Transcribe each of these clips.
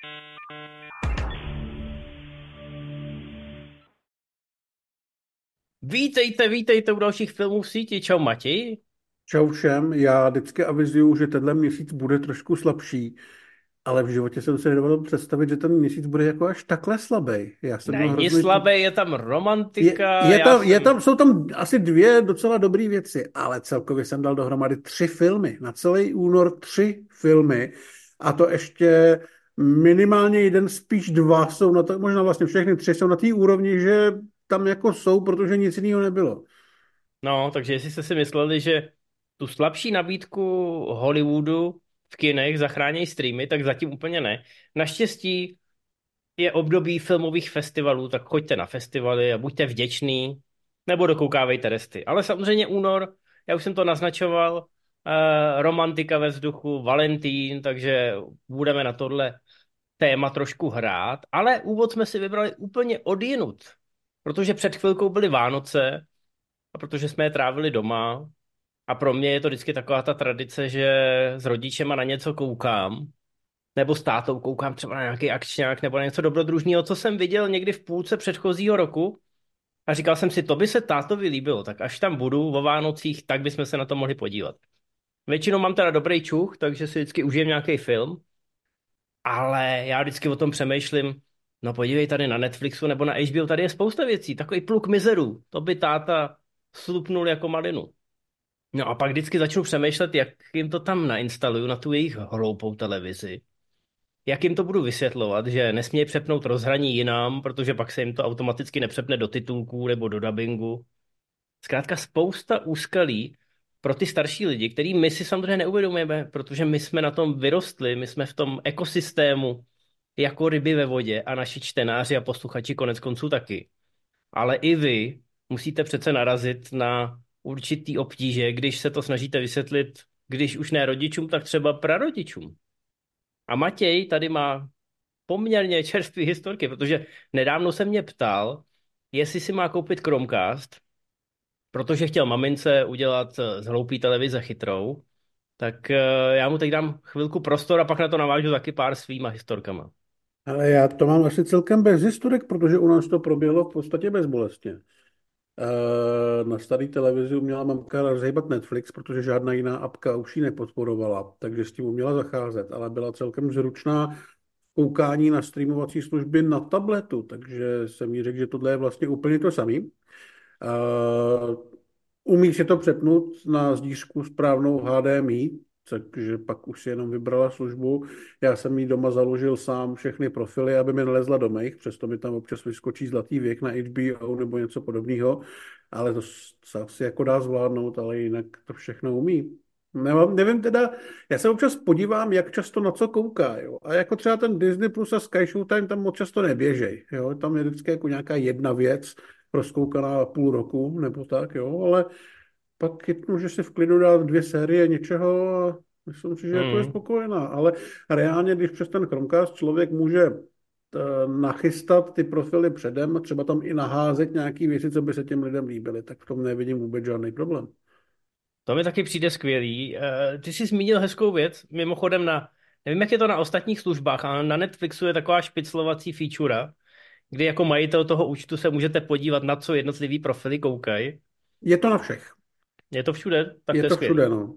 Vítejte u dalších filmů v síti. Čau Matěj. Čau všem, já vždycky avizuju, že tenhle měsíc bude trošku slabší, ale v životě jsem si nedovedl představit, že ten měsíc bude jako až takhle slabý. Já jsem měl Není hrozný... slabý, je tam romantika, Jsou tam asi dvě docela dobré věci, ale celkově jsem dal dohromady 3 filmy. Na celý únor 3 filmy a to ještě minimálně jeden, spíš dva jsou na to, možná vlastně všechny 3 jsou na té úrovni, že tam jako jsou, protože nic jiného nebylo. No, takže jestli jste si mysleli, že tu slabší nabídku Hollywoodu v kinech zachrání streamy, tak zatím úplně ne. Naštěstí je období filmových festivalů, tak choďte na festivaly a buďte vděční, nebo dokoukávejte resty. Ale samozřejmě únor, já už jsem to naznačoval, romantika ve vzduchu, Valentín, takže budeme na tohle téma trošku hrát, ale úvod jsme si vybrali úplně odjinud, protože před chvilkou byly Vánoce a protože jsme je trávili doma a pro mě je to vždycky taková ta tradice, že s rodičema na něco koukám, nebo s tátou koukám třeba na nějaký akčňák nebo na něco dobrodružného, co jsem viděl někdy v půlce předchozího roku a říkal jsem si, to by se tátovi líbilo, tak až tam budu o Vánocích, tak bychom se na to mohli podívat. Většinou mám teda dobrý čuch, takže si vždycky užijem nějaký film. Ale já vždycky o tom přemýšlím, no podívej tady na Netflixu nebo na HBO, tady je spousta věcí, takový pluk mizerů, to by táta slupnul jako malinu. No a pak vždycky začnu přemýšlet, jak jim to tam nainstaluju na tu jejich hloupou televizi. Jak jim to budu vysvětlovat, že nesmějí přepnout rozhraní jinam, protože pak se jim to automaticky nepřepne do titulků nebo do dabingu. Zkrátka spousta úskalí pro ty starší lidi, který my si samozřejmě neuvědomujeme, protože my jsme na tom vyrostli, my jsme v tom ekosystému jako ryby ve vodě a naši čtenáři a posluchači konec konců taky. Ale i vy musíte přece narazit na určitý obtíže, když se to snažíte vysvětlit, když už ne rodičům, tak třeba prarodičům. A Matěj tady má poměrně čerstvý historky, protože nedávno se mě ptal, jestli si má koupit Chromecast, protože chtěl mamince udělat z hloupý televize chytrou, tak já mu teď dám chvilku prostor a pak na to navážu taky pár svýma historkama. Ale já to mám asi celkem bez historek, protože u nás to proběhlo v podstatě bezbolestně. Na staré televizi uměla mamka rozhýbat Netflix, protože žádná jiná apka už ji nepodporovala, takže s tím uměla zacházet, ale byla celkem zručná v koukání na streamovací služby na tabletu, takže jsem jí řekl, že tohle je vlastně úplně to samé. Umí si to přepnout na zdířku správnou HDMI, takže pak už si jenom vybrala službu. Já jsem jí doma založil sám všechny profily, aby mi nalezla do mých, přesto mi tam občas vyskočí Zlatý věk na HBO nebo něco podobného, ale to se asi jako dá zvládnout, ale jinak to všechno umí. Nevím teda, já se občas podívám, jak často na co kouká, jo. A jako třeba ten Disney Plus a Sky Showtime tam moc často neběžej, jo. Tam je vždycky jako nějaká jedna věc, rozkoukaná půl roku nebo tak, jo, ale pak chytnu, že si v klidu dá 2 série něčeho a myslím si, že jako je Hmm. spokojená, ale reálně, když přes ten Chromecast člověk může nachystat ty profily předem, třeba tam i naházet nějaké věci, co by se těm lidem líbily, tak v tom nevidím vůbec žádný problém. To mi taky přijde skvělý. Ty jsi zmínil hezkou věc, mimochodem nevím, jak je to na ostatních službách, ale na Netflixu je taková špiclovací feature, kdy jako majitel toho účtu se můžete podívat, na co jednotlivý profily koukají. Je to na všech. Je to všude, tak Je to je to všude, skvělý. no.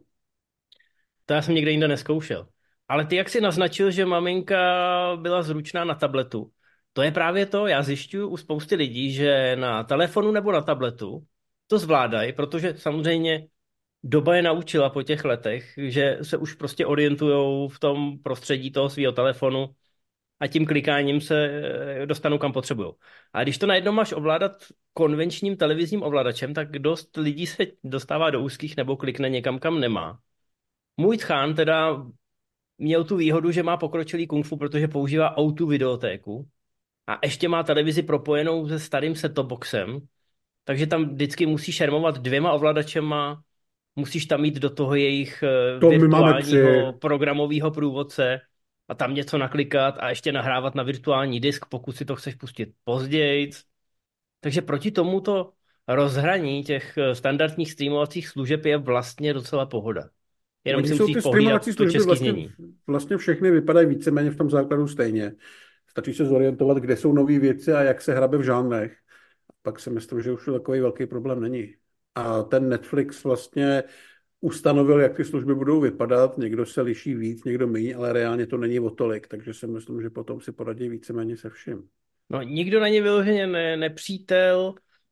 To já jsem nikde jinde neskoušel. Ale ty, jak jsi naznačil, že maminka byla zručná na tabletu, to je právě to, já zjišťuju u spousty lidí, že na telefonu nebo na tabletu to zvládají, protože samozřejmě doba je naučila po těch letech, že se už prostě orientujou v tom prostředí toho svého telefonu a tím klikáním se dostanou kam potřebují. A když to najednou máš ovládat konvenčním televizním ovladačem, tak dost lidí se dostává do úzkých nebo klikne někam, kam nemá. Můj tchán teda měl tu výhodu, že má pokročilý kung fu, protože používá O2 videotéku a ještě má televizi propojenou se starým set-top boxem, takže tam vždycky musí šermovat 2 ovladačema, musíš tam mít do toho jejich To my máme 3. virtuálního programového průvodce a tam něco naklikat a ještě nahrávat na virtuální disk, pokud si to chceš pustit později. Takže proti tomuto rozhraní těch standardních streamovacích služeb je vlastně docela pohoda. Jenom Oni si jsou musíš ty pohlídat streamovací to služby české znění. vlastně všechny vypadají víceméně v tom základu stejně. Stačí se zorientovat, kde jsou nové věci a jak se hrabe v žánrech. Pak si myslím, že už to takový velký problém není. A ten Netflix vlastně ustanovil, jak ty služby budou vypadat. Někdo se liší víc, někdo méně, ale reálně to není o tolik, takže si myslím, že potom si poradí víceméně se vším. No, nikdo není vyloženě nepřítel,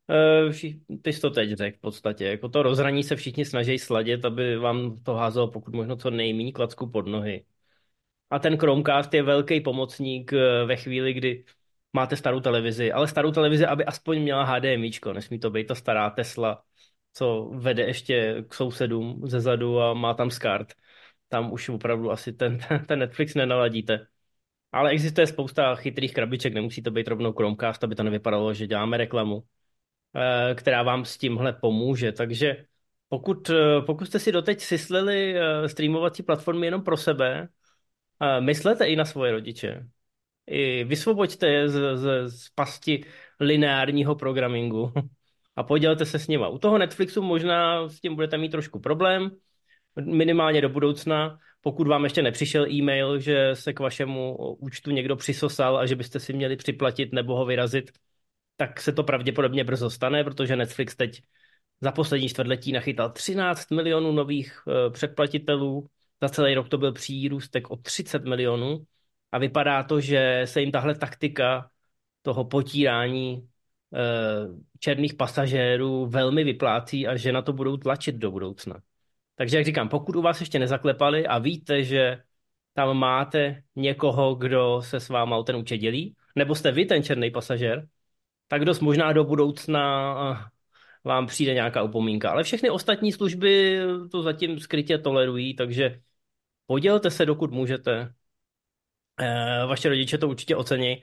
ty jsi to teď řekl v podstatě, jako to rozhraní se všichni snaží sladit, aby vám to házelo pokud možno co nejméně klacku pod nohy. A ten Chromecast je velký pomocník ve chvíli, kdy máte starou televizi, ale starou televizi, aby aspoň měla HDMIčko, nesmí to být ta stará Tesla, co vede ještě k sousedům ze zadu a má tam SCART. Tam už opravdu asi ten Netflix nenaladíte. Ale existuje spousta chytrých krabiček, nemusí to být rovnou Chromecast, aby to nevypadalo, že děláme reklamu, která vám s tímhle pomůže. Takže pokud jste si doteď syslili streamovací platformy jenom pro sebe, myslete i na svoje rodiče. I vysvoboďte je z pasti lineárního programingu a podělte se s nima. U toho Netflixu možná s tím budete mít trošku problém, minimálně do budoucna, pokud vám ještě nepřišel e-mail, že se k vašemu účtu někdo přisosal a že byste si měli připlatit nebo ho vyrazit, tak se to pravděpodobně brzo stane, protože Netflix teď za poslední čtvrtletí nachytal 13 milionů nových předplatitelů. Za celý rok to byl přírůstek o 30 milionů a vypadá to, že se jim tahle taktika toho potírání černých pasažérů velmi vyplácí a že na to budou tlačit do budoucna. Takže jak říkám, pokud u vás ještě nezaklepali a víte, že tam máte někoho, kdo se s váma o ten účet dělí, nebo jste vy ten černý pasažér, tak dost možná do budoucna vám přijde nějaká upomínka. Ale všechny ostatní služby to zatím skrytě tolerují, takže podělte se, dokud můžete. Vaše rodiče to určitě ocení.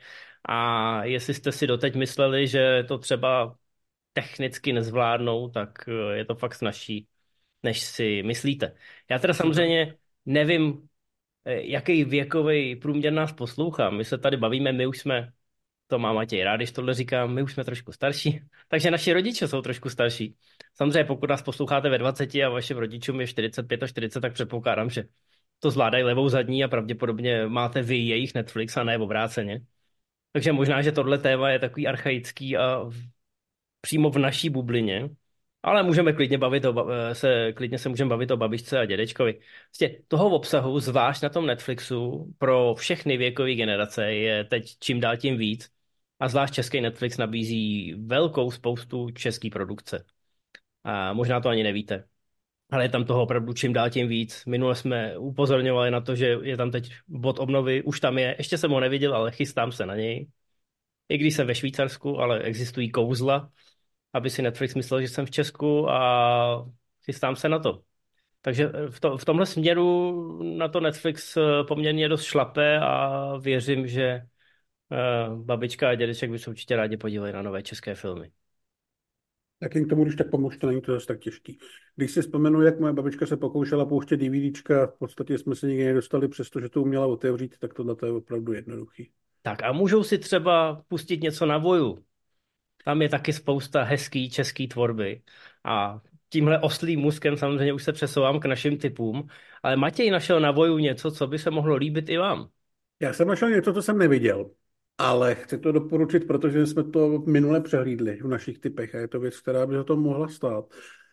A jestli jste si doteď mysleli, že to třeba technicky nezvládnou, tak je to fakt snazší, než si myslíte. Já teda samozřejmě nevím, jaký věkový průměr nás poslouchá. My se tady bavíme, my už jsme, to má Matěj rád, když tohle říkám, my už jsme trošku starší, takže naši rodiče jsou trošku starší. Samozřejmě pokud nás posloucháte ve 20 a vašim rodičům je 45 a 40, tak předpokládám, že to zvládají levou zadní a pravděpodobně máte vy jejich Netflix a ne obráceně. Takže možná, že tohle téma je takový archaický a přímo v naší bublině, ale můžeme klidně klidně se můžeme bavit o babičce a dědečkovi. Vlastně toho obsahu, zvlášť na tom Netflixu, pro všechny věkové generace je teď čím dál tím víc. A zvlášť český Netflix nabízí velkou spoustu české produkce. A možná to ani nevíte. Ale je tam toho opravdu čím dál tím víc. Minule jsme upozorňovali na to, že je tam teď bod obnovy, už tam je, ještě jsem ho neviděl, ale chystám se na něj. I když jsem ve Švýcarsku, ale existují kouzla, aby si Netflix myslel, že jsem v Česku a chystám se na to. Takže v tomhle směru na to Netflix poměrně dost šlape a věřím, že babička a dědeček by se určitě rádi podívali na nové české filmy. Tak jim k tomu, když tak pomůžu, to není to zase tak těžký. Když si vzpomenu, jak moje babička se pokoušela pouštět DVDčka, v podstatě jsme se nikdy nedostali, přestože to uměla otevřít, tak tohle je opravdu jednoduchý. Tak a můžou si třeba pustit něco na Voju. Tam je taky spousta hezký český tvorby. A tímhle oslým můzkem samozřejmě už se přesouvám k našim typům, ale Matěj našel na Voju něco, co by se mohlo líbit i vám. Já jsem našel něco, co jsem neviděl, ale chci to doporučit, protože jsme to minule přehlídli v našich typech a je to věc, která by za to mohla stát.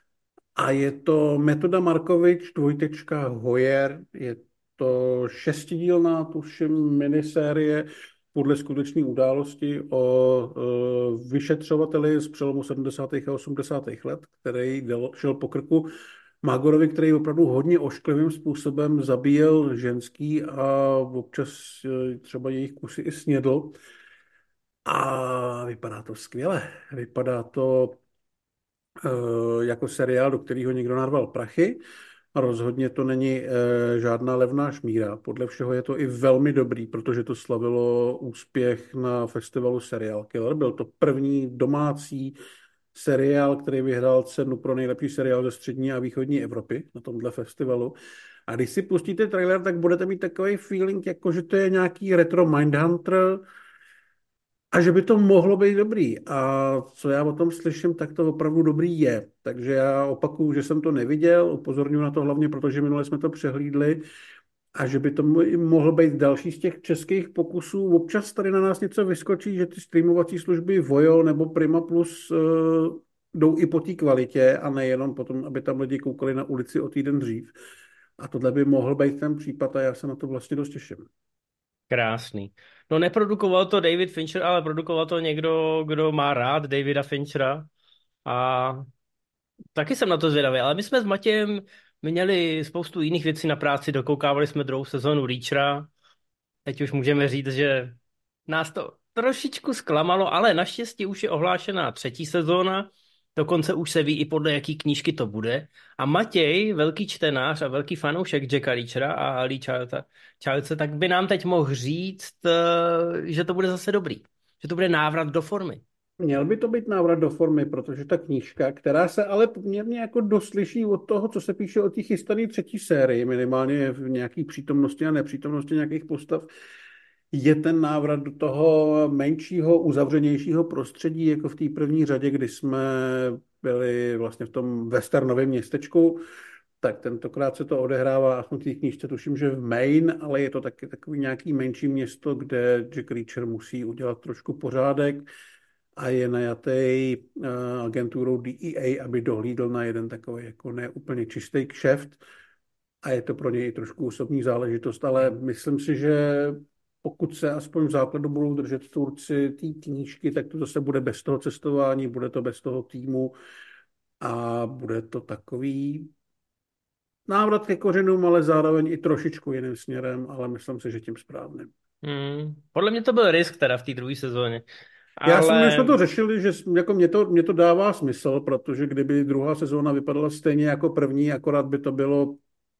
A je to Metoda Markovič, dvojtečka Hoyer, je to šestidílná, tuším, minisérie podle skutečné události o vyšetřovateli z přelomu 70. a 80. let, který šel po krku Magorovi, který opravdu hodně ošklivým způsobem zabíjel ženský a občas třeba jejich kusy i snědl. A vypadá to skvěle. Vypadá to jako seriál, do kterého někdo narval prachy. A rozhodně to není žádná levná šmíra. Podle všeho je to i velmi dobrý, protože to slavilo úspěch na festivalu Serial Killer. Byl to první domácí seriál, který vyhrál cenu pro nejlepší seriál ze střední a východní Evropy na tomhle festivalu. A když si pustíte trailer, tak budete mít takový feeling, jako že to je nějaký retro Mindhunter, A že by to mohlo být dobrý. A co já o tom slyším, tak to opravdu dobrý je. Takže já opakuju, že jsem to neviděl, upozorňuji na to hlavně, protože minule jsme to přehlídli a že by to mohl být další z těch českých pokusů. Občas tady na nás něco vyskočí, že ty streamovací služby Vojo nebo Prima Plus jdou i po té kvalitě a nejenom potom, aby tam lidi koukali na ulici o týden dřív. A tohle by mohl být ten případ a já se na to vlastně dost těším. Krásný. No neprodukoval to David Fincher, ale produkoval to někdo, kdo má rád Davida Finchera. A taky jsem na to zvědavý, ale my jsme s Matějem měli spoustu jiných věcí na práci, dokoukávali jsme druhou sezonu Reachera. Teď už můžeme říct, že nás to trošičku zklamalo, ale naštěstí už je ohlášená třetí sezóna, dokonce už se ví i podle jaký knížky to bude. A Matěj, velký čtenář a velký fanoušek Jacka Reachera a Lee Childse, tak by nám teď mohl říct, že to bude zase dobrý, že to bude návrat do formy. Měl by to být návrat do formy, protože ta knížka, která se ale poměrně jako doslyší od toho, co se píše o té chystané třetí sérii, minimálně v nějaké přítomnosti a nepřítomnosti nějakých postav, je ten návrat do toho menšího, uzavřenějšího prostředí, jako v té první řadě, kdy jsme byli vlastně v tom westernovém městečku, tak tentokrát se to odehrává, aspoň v té knížce tuším, že v Maine, ale je to taky takový nějaký menší město, kde Jack Reacher musí udělat trošku pořádek a je najatý agenturou DEA, aby dohlídl na jeden takový jako neúplně čistý kšeft a je to pro něj trošku osobní záležitost, ale myslím si, že pokud se aspoň v základu budou držet tvůrci té knížky, tak to zase bude bez toho cestování, bude to bez toho týmu a bude to takový návrat ke kořenům, ale zároveň i trošičku jiným směrem, ale myslím si, že tím správným. Podle mě to byl risk teda v té druhé sezóně. My Ale jsme to řešili, že jako mě to dává smysl, protože kdyby druhá sezóna vypadala stejně jako první, akorát by to bylo,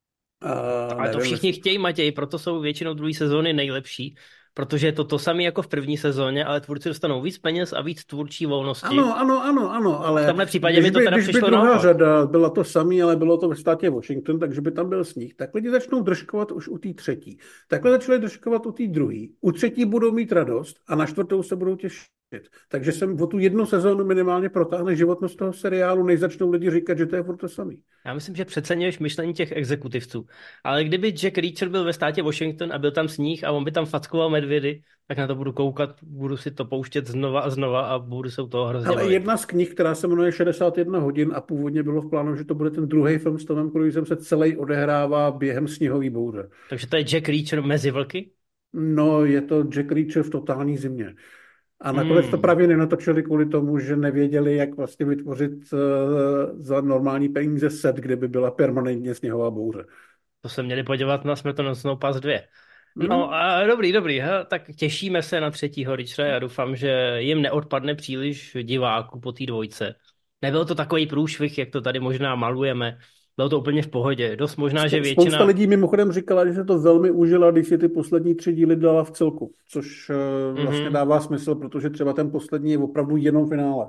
Ale to nevím, všichni chtějí, Matěj, proto jsou většinou druhé sezóny nejlepší, protože je to to samé jako v první sezóně, ale tvůrci dostanou víc peněz a víc tvůrčí volnosti. ano, V ale tomhle případě mi to teda když by přišlo druhá naopak. řada byla to samý, ale bylo to ve státě Washington, takže by tam byl sníh, tak lidi začnou držkovat už u té třetí. Takhle začali držkovat u té druhé. U třetí budou mít radost a na čtvrtou se budou těšit. Takže jsem o tu jednu sezónu minimálně protáhne životnost toho seriálu, než začnou lidi říkat, že to je furt to samý. Já myslím, že přeceňuješ myšlení těch exekutivců. Ale kdyby Jack Reacher byl ve státě Washington a byl tam sníh a on by tam fackoval medvědy, tak na to budu koukat, budu si to pouštět znova a znova a budu se u toho hrozně Ale bavit. jedna z knih, která se jmenuje 61 hodin a původně bylo v plánu, že to bude ten druhý film s Tomem Cruisem, se celý odehrává během sněhové bouře. Takže to je Jack Reacher mezi vlky? No, je to Jack Reacher v totální zimě. A nakonec to Hmm, právě nenatočili kvůli tomu, že nevěděli, jak vlastně vytvořit za normální peníze set, kde by byla permanentně sněhová bouře. to se měli podívat na Smrtonosnou pas 2. No Hmm? a dobrý, he, tak těšíme se na třetího Richera. Já doufám, že jim neodpadne příliš diváků po té dvojce. Nebyl to takový průšvih, jak to tady možná malujeme. Bylo to úplně v pohodě. Dost možná, že Spousta většina... lidí mimochodem říkala, že se to velmi užila, když si ty poslední tři díly dala v celku, což vlastně Mhm, dává smysl, protože třeba ten poslední je opravdu jenom finále.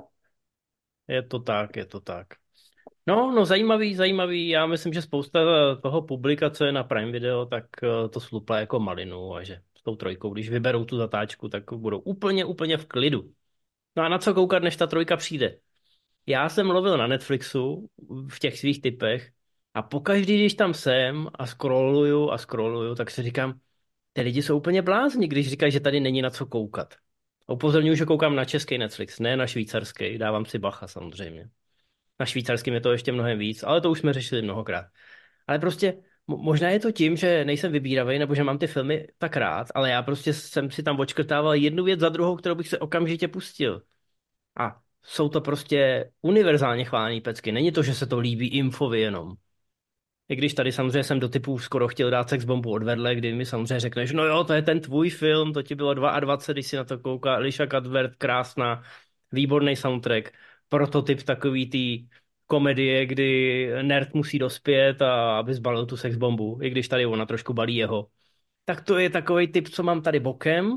je to tak, je to tak. No, zajímavý. Já myslím, že spousta toho publika, co je na Prime Video, tak to slupla jako malinu a že s tou trojkou, když vyberou tu zatáčku, tak budou úplně v klidu. No a na co koukat, než ta trojka přijde? Já jsem lovil na Netflixu v těch svých typech a pokaždý, když tam jsem a scrolluju, tak si říkám, ty lidi jsou úplně blázni, když říkají, že tady není na co koukat. Upozorňuji, že koukám na český Netflix, ne na švýcarský, dávám si bacha samozřejmě. Na švýcarském je to ještě mnohem víc, ale to už jsme řešili mnohokrát. Ale prostě možná je to tím, že nejsem vybíravý, nebo že mám ty filmy tak rád, ale já prostě jsem si tam očkrtával jednu věc za druhou, kterou bych se okamžitě pustil. A jsou to prostě univerzálně chválený pecky. Není to, že se to líbí Infovi jenom. I když tady samozřejmě jsem do typů skoro chtěl dát sex bombu odvedle, kdy mi samozřejmě řekneš, no jo, to je ten tvůj film, to ti bylo 22, když si na to kouká, Alicia Cuthbert, krásná, výborný soundtrack, prototyp takový tý komedie, kdy nerd musí dospět a aby zbalil tu sex bombu, i když tady ona trošku balí jeho. Tak to je takový typ, co mám tady bokem.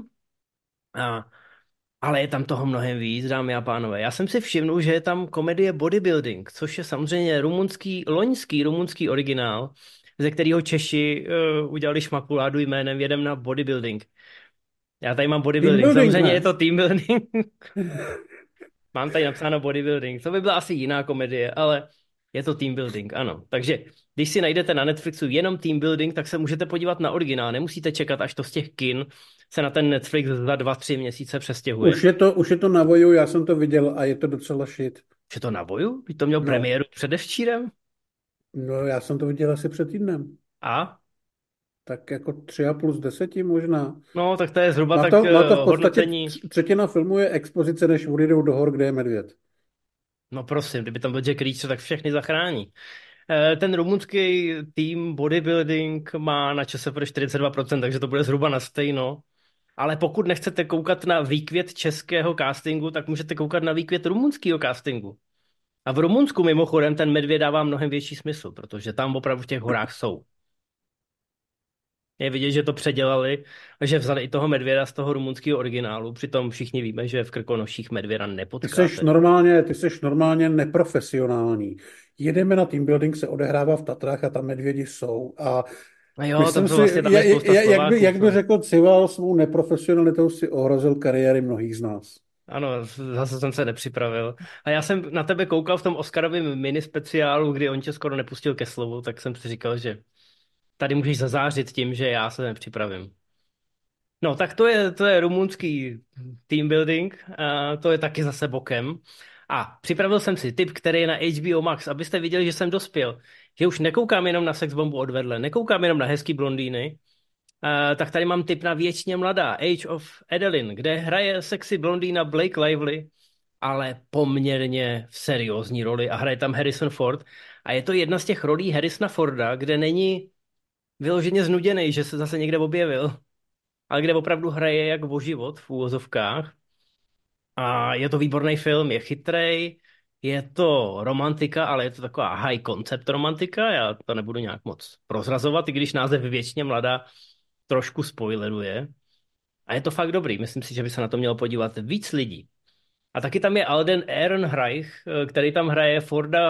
A ale je tam toho mnohem víc, dámy a pánové. Já jsem si všimnul, že je tam komedie Bodybuilding, což je samozřejmě loňský rumunský originál, ze kterého Češi udělali šmakuládu jménem Jedem na Bodybuilding. Já tady mám Team bodybuilding, building, samozřejmě je ne? to team building. Mám tady napsáno bodybuilding, to by byla asi jiná komedie, ale je to team building, ano. Takže když si najdete na Netflixu jenom team building, tak se můžete podívat na originál, nemusíte čekat, až to z těch kin se na ten Netflix za 2, 3 měsíce přestěhuje. Už je to na Voju, já jsem to viděl a je to docela shit. Je to na boju? Teď to měl No, premiéru předevčírem? no, já jsem to viděl asi před týdnem. A? Tak jako 3,5 z 10 možná. No, tak to je zhruba Má tak to, má to v podstatě hodnocení. třetina filmu je expozice, než odjedou do hor, kde je medvěd. No prosím, kdyby tam byl Jack Reacher, tak všechny zachrání. Ten rumunský tým bodybuilding má na ČSFD 42%, takže to bude zhruba na stejno. Ale pokud nechcete koukat na výkvět českého castingu, tak můžete koukat na výkvět rumunského castingu. A v Rumunsku mimochodem ten medvěd dává mnohem větší smysl, protože tam opravdu v těch horách jsou. Je vidět, že to předělali a že vzali i toho medvěda z toho rumunského originálu. Přitom všichni víme, že v Krkonoších medvěda nepotkáte. Ty seš normálně neprofesionální. Jedeme na team building, se odehrává v Tatrách a tam medvědi jsou. A A jo, tam myslím jsou si, vlastně, tam je spousta Slováků. jak by řekl Cival, svou neprofesionalitou si ohrozil kariéry mnohých z nás. Ano, zase jsem se nepřipravil. A já jsem na tebe koukal v tom Oscarovém mini speciálu, kdy on tě skoro nepustil ke slovu, tak jsem si říkal, že tady můžeš zazářit tím, že já se nepřipravím. No, tak to je rumunský team building, a to je taky zase bokem. A připravil jsem si tip, který je na HBO Max, abyste viděli, že jsem dospěl. Že už nekoukám jenom na sexbombu od vedle, nekoukám jenom na hezký blondýny, tak tady mám tip na Věčně mladá, Age of Adeline, kde hraje sexy blondýna Blake Lively, ale poměrně v seriózní roli a hraje tam Harrison Ford. A je to jedna z těch rolí Harrisona Forda, kde není vyloženě znuděný, že se zase někde objevil, ale kde opravdu hraje jak o život v úvozovkách. A je to výborný film, je chytrej, je to romantika, ale je to taková high concept romantika, já to nebudu nějak moc prozrazovat, i když název Věčně mladá trošku spoileruje. A je to fakt dobrý, myslím si, že by se na to mělo podívat víc lidí. A taky tam je Alden Ehrenreich, který tam hraje Forda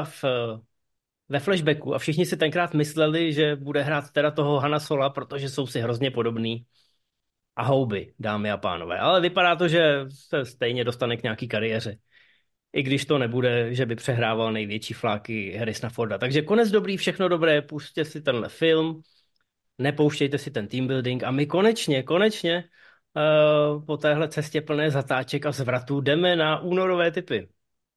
ve flashbacku a všichni si tenkrát mysleli, že bude hrát teda toho Hanna Sola, protože jsou si hrozně podobný. A houby, dámy a pánové. Ale vypadá to, že se stejně dostane k nějaký kariéře. I když to nebude, že by přehrával největší fláky Harrisona Forda. Takže konec dobrý, všechno dobré, pusťte si tenhle film, nepouštějte si ten team building a my konečně po téhle cestě plné zatáček a zvratů jdeme na únorové typy.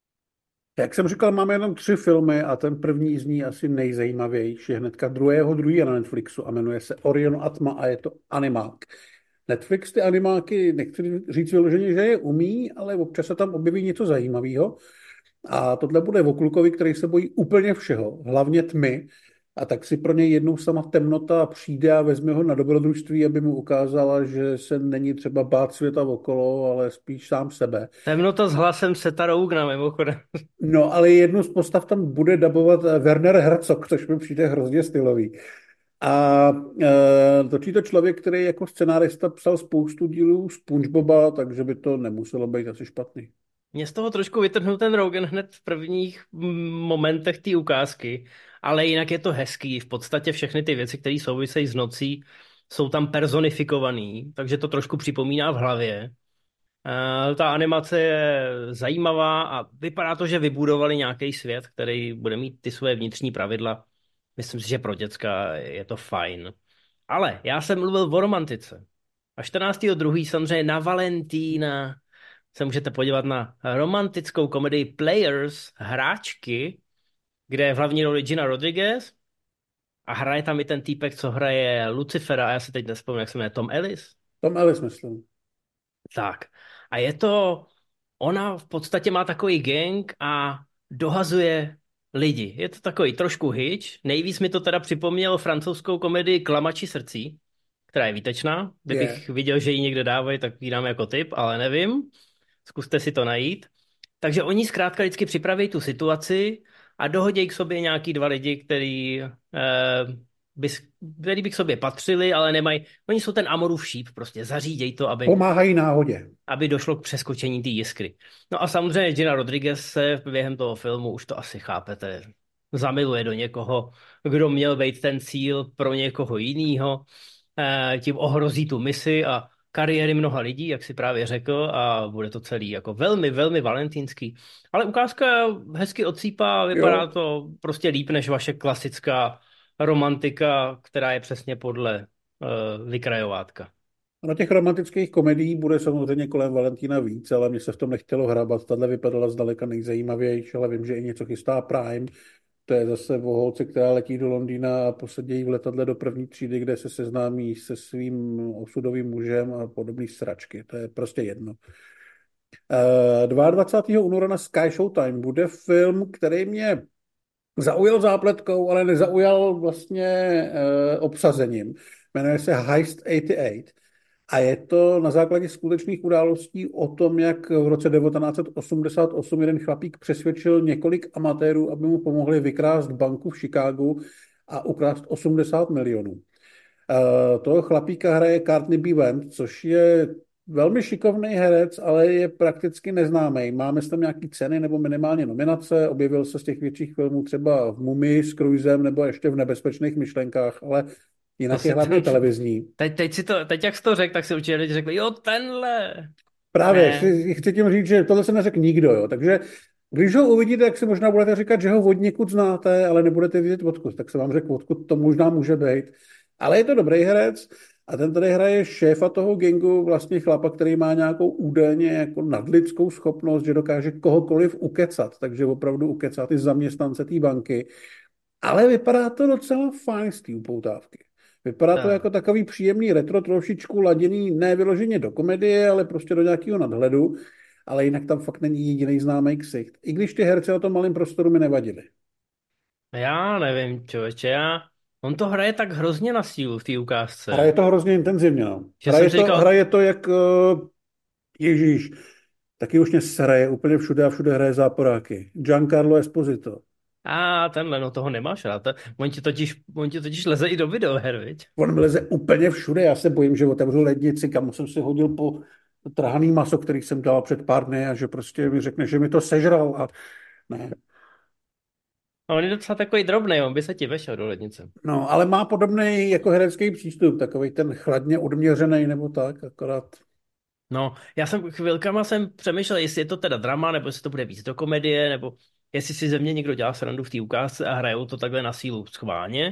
Jak jsem říkal, máme jenom 3 filmy a ten první z ní asi nejzajímavější. Je hnedka druhý je na Netflixu a jmenuje se Orion Atma a je to animák. Netflix ty animáky, nechci říct vyloženě, že je umí, ale občas se tam objeví něco zajímavého. A tohle bude o klukovi, který se bojí úplně všeho, hlavně tmy. A tak si pro něj jednou sama temnota přijde a vezme ho na dobrodružství, aby mu ukázala, že se není třeba bát světa okolo, ale spíš sám sebe. Temnota s hlasem Seta Rogna, mimochodem. No, ale jednu z postav tam bude dabovat Werner Herzog, což mi přijde hrozně stylový. A točí to člověk, který jako scenárista psal spoustu dílů SpongeBoba, takže by to nemuselo být asi špatný. Mě z toho trošku vytrhnul ten Rogan hned v prvních momentech té ukázky, ale jinak je to hezký. V podstatě všechny ty věci, které souvisejí s nocí, jsou tam personifikovaný, takže to trošku připomíná v hlavě. Ta animace je zajímavá a vypadá to, že vybudovali nějaký svět, který bude mít ty své vnitřní pravidla. Myslím si, že pro děcka je to fajn. Ale já jsem mluvil o romantice. A 14.2. samozřejmě na Valentína se můžete podívat na romantickou komedii Players, Hráčky, kde je v hlavní roli Gina Rodriguez a hraje tam i ten týpek, co hraje Lucifera a já se teď nespomínám, jak se jmenuje, Tom Ellis. Tom Ellis, myslím. Tak. A je to, ona v podstatě má takový gang a dohazuje lidi. Je to takový trošku hitch. Nejvíc mi to teda připomnělo francouzskou komedii Klamači srdcí, která je výtečná. Kdybych Je. viděl, že ji někde dávají, tak ji dám jako tip, ale nevím. Zkuste si to najít. Takže oni zkrátka vždycky připraví tu situaci a dohodějí k sobě nějaký 2 lidi, který by k sobě patřili, ale nemají. Oni jsou ten Amorův šíp, prostě zařídějí to, Pomáhají náhodě. aby došlo k přeskočení té jiskry. No a samozřejmě Gina Rodriguez se během toho filmu, už to asi chápete, zamiluje do někoho, kdo měl být ten cíl pro někoho jiného, tím ohrozí tu misi a kariéry mnoha lidí, jak si právě řekl, a bude to celý jako velmi, velmi valentýnský. Ale ukázka hezky odsýpá, vypadá Jo, to prostě líp než vaše klasická romantika, která je přesně podle vykrajovátka. na těch romantických komedií bude samozřejmě kolem Valentína víc, ale mě se v tom nechtělo hrabat. Tahle vypadala zdaleka nejzajímavější, ale vím, že i něco chystá Prime. To je zase o holce, která letí do Londýna a posadí v letadle do první třídy, kde se seznámí se svým osudovým mužem a podobný sračky. To je prostě jedno. 22. února na Sky Showtime bude film, který mě zaujal zápletkou, ale nezaujal vlastně obsazením. Jmenuje se Heist 88 a je to na základě skutečných událostí o tom, jak v roce 1988 jeden chlapík přesvědčil několik amatérů, aby mu pomohli vykrást banku v Chicagu a ukrást 80 milionů. Toho chlapíka hraje Courtney B. Vance, což je velmi šikovný herec, ale je prakticky neznámý. Máme tam nějaký ceny nebo minimálně nominace. Objevil se z těch větších filmů třeba v Mumii s Cruisem nebo ještě v Nebezpečných myšlenkách, ale To jinak je si hlavně televizní. teď jak jsi to řekl, tak si určitě lidi řekli, jo, tenhle. Právě, Ne, chci tím říct, že tohle se neřekl nikdo, jo. Takže když ho uvidíte, tak si možná budete říkat, že ho od někud znáte, ale nebudete vědět odkud. Tak se vám řekl, odkud to možná může být. Ale je to dobrý herec a ten tady hraje šéfa toho gangu, vlastně chlapa, který má nějakou údajně jako nadlidskou schopnost, že dokáže kohokoliv ukecat, takže opravdu ukecat i zaměstnance té banky. Ale vypadá to docela fajn z té upoutávky. Vypadá to tak. jako takový příjemný retro, trošičku laděný, ne vyloženě do komedie, ale prostě do nějakého nadhledu. Ale jinak tam fakt není jediný známý ksicht. I když ty herci o tom malém prostoru mi nevadili. Já nevím, člověče, on to hraje tak hrozně na sílu v té Hraje ukázce, to hrozně intenzivně. No. že jsem si říkal, Hraje to jak Ježíš. Taky už mě sraje úplně všude a všude hraje záporáky. Giancarlo Esposito. tenhle, no toho nemáš rád. On ti totiž leze i do videoher, viď? On mi leze úplně všude. Já se bojím, že otevřu lednici, kam jsem si hodil po trhaný maso, který jsem dal před pár dny a že prostě mi řekne, že mi to sežral. A ne. A on je docela takový drobný, on by se ti vešel do lednice. No, ale má podobný jako herecký přístup, takový ten chladně odměřený nebo tak, akorát. No, já jsem chvilkama přemýšlel, jestli je to teda drama, nebo jestli to bude víc do komedie, nebo jestli si ze mě někdo dělá srandu v té ukázce a hrajou to takhle na sílu schválně.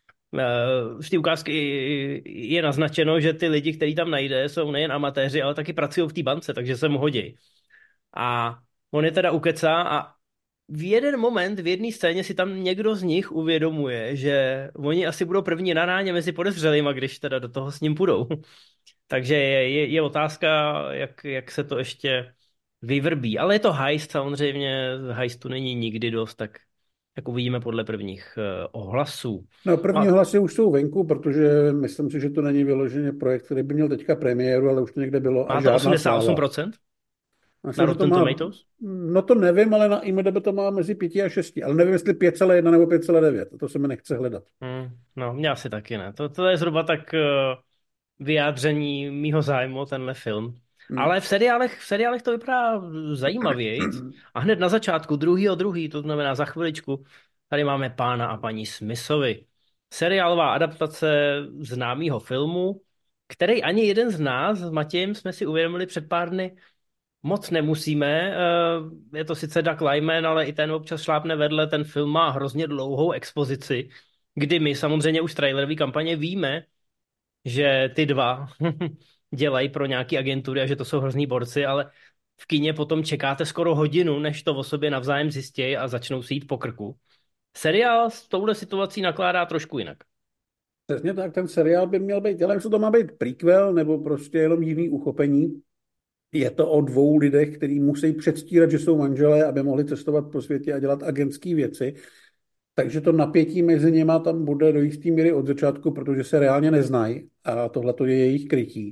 V té ukázce je naznačeno, že ty lidi, který tam najde, jsou nejen amatéři, ale taky pracují v té bance, takže se mu hodí. A on je teda ukecá a v jeden moment, v jedné scéně si tam někdo z nich uvědomuje, že oni asi budou první na ráně mezi podezřelýma, když teda do toho s ním půjdou. Takže je otázka, jak se to ještě vyvrbí. Ale je to heist, samozřejmě heistu není nikdy dost, tak jak uvidíme podle prvních ohlasů. No, první A, hlasy už jsou venku, protože myslím si, že to není vyloženě projekt, který by měl teďka premiéru, ale už to někde bylo a má to žádná sláva. 88% na Myslím, že to Rotten má, Tomatoes? no to nevím, ale na IMDb to má mezi 5 a 6, ale nevím, jestli 5,1 nebo 5,9, to se mi nechce hledat. No, mě asi taky ne. To je zhruba tak vyjádření mýho zájmu o tenhle film. Hmm. Ale v seriálech to vypadá zajímavějc. A hned na začátku, druhý, to znamená za chviličku, tady máme pána a paní Smithovi. Seriálová adaptace známého filmu, který ani jeden z nás s Matějem jsme si uvědomili před pár dny, moc nemusíme. Je to sice Doug Liman, ale i ten občas šlápne vedle. Ten film má hrozně dlouhou expozici, kdy my samozřejmě už z trailerové kampaně víme, že ty dva dělají pro nějaký agentury a že to jsou hrozný borci, ale v kině potom čekáte skoro hodinu, než to o sobě navzájem zjistějí a začnou si jít po krku. Seriál s touhle situací nakládá trošku jinak. Přesně tak, ten seriál by měl být, ale jestli to má být prequel nebo prostě jenom jiný uchopení. Je to o dvou lidech, kteří musí předstírat, že jsou manželé, aby mohli cestovat po světě a dělat agentské věci. Takže to napětí mezi něma tam bude do jisté míry od začátku, protože se reálně neznají a tohle to je jejich krytí.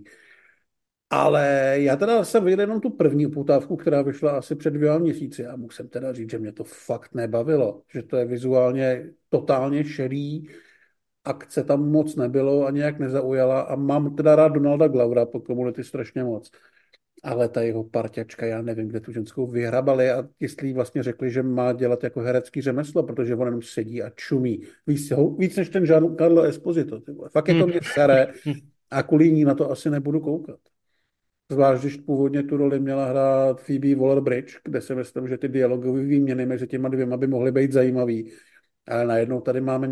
Ale já teda jsem viděl jenom tu první upoutávku, která vyšla asi před 2 měsíci a musím teda říct, že mě to fakt nebavilo, že to je vizuálně totálně šedý, akce tam moc nebylo a nějak nezaujala a mám teda rád Donalda Glovera po Community strašně moc. Ale ta jeho parťačka, já nevím, kde tu ženskou vyhrabali a jestli jí vlastně řekli, že má dělat jako herecký řemeslo, protože on jenom sedí a čumí. Víc než ten Giancarlo Esposito. Ty vole. Fakt jako mě sere. A kvůli ní na to asi nebudu koukat. Zvlášť, když původně tu roli měla hrát Phoebe Waller-Bridge, kde si myslím, že ty dialogové výměny mezi těma dvěma by mohly být zajímavý. Ale najednou tady máme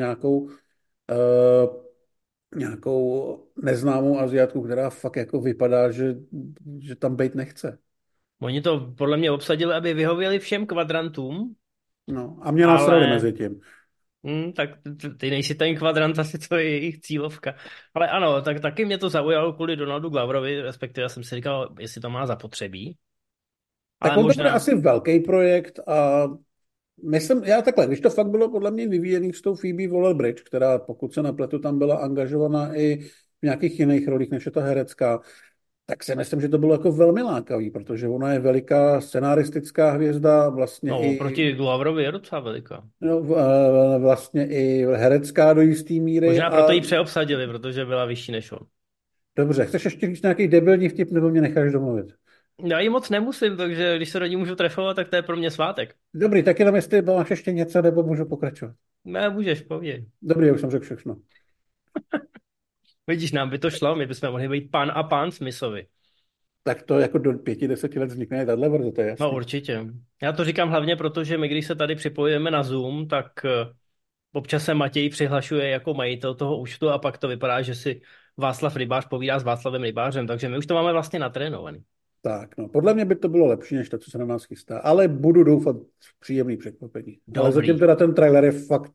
nějakou neznámou Asiatku, která fakt jako vypadá, že tam být nechce. Oni to podle mě obsadili, aby vyhověli všem kvadrantům, No, a mě nasrali ale mezi tím. tak ty nejsi ten kvadrant, asi to je jejich cílovka. Ale ano, tak taky mě to zaujalo kvůli Donaldu Gloverovi, respektive jsem si říkal, jestli to má zapotřebí. Tak Ale on to bude možná, asi velký projekt a myslím, já takhle, když to fakt bylo podle mě vyvíjený s tou Phoebe Waller-Bridge, která, pokud se nepletu, tam byla angažovaná i v nějakých jiných rolích, než je ta herecká, tak si myslím, že to bylo jako velmi lákavý, protože ona je veliká scenaristická hvězda, vlastně no, i, proti Gloverovi je docela veliká. no, vlastně i herecká do jisté míry Možná proto a ji přeobsadili, protože byla vyšší než on. dobře, chceš ještě říct nějaký debilní vtip, nebo mě necháš domluvit? Já ji moc nemusím, takže když se do ní můžu trefovat, tak to je pro mě svátek. Dobrý, tak jenom jestli máš ještě něco, nebo můžu pokračovat. Ne, můžeš, pověď. Dobrý, já už jsem řekl všechno. Vidíš, nám by to šlo, my bychom mohli být pan a pán Smithovi. Tak to jako do 5, 10 let vznikne i tahle verze, to je No jasný. určitě. Já to říkám hlavně proto, že my, když se tady připojujeme na Zoom, tak občas se Matěj přihlašuje jako majitel toho účtu a pak to vypadá, že si Václav Rybář povídá s Václavem Rybářem, takže my už to máme vlastně natrénovaný. Tak, no, podle mě by to bylo lepší, než to, co se na nás chystá, ale budu doufat v příjemný překvapení. Ale zatím Dobrý. teda ten trailer je fakt...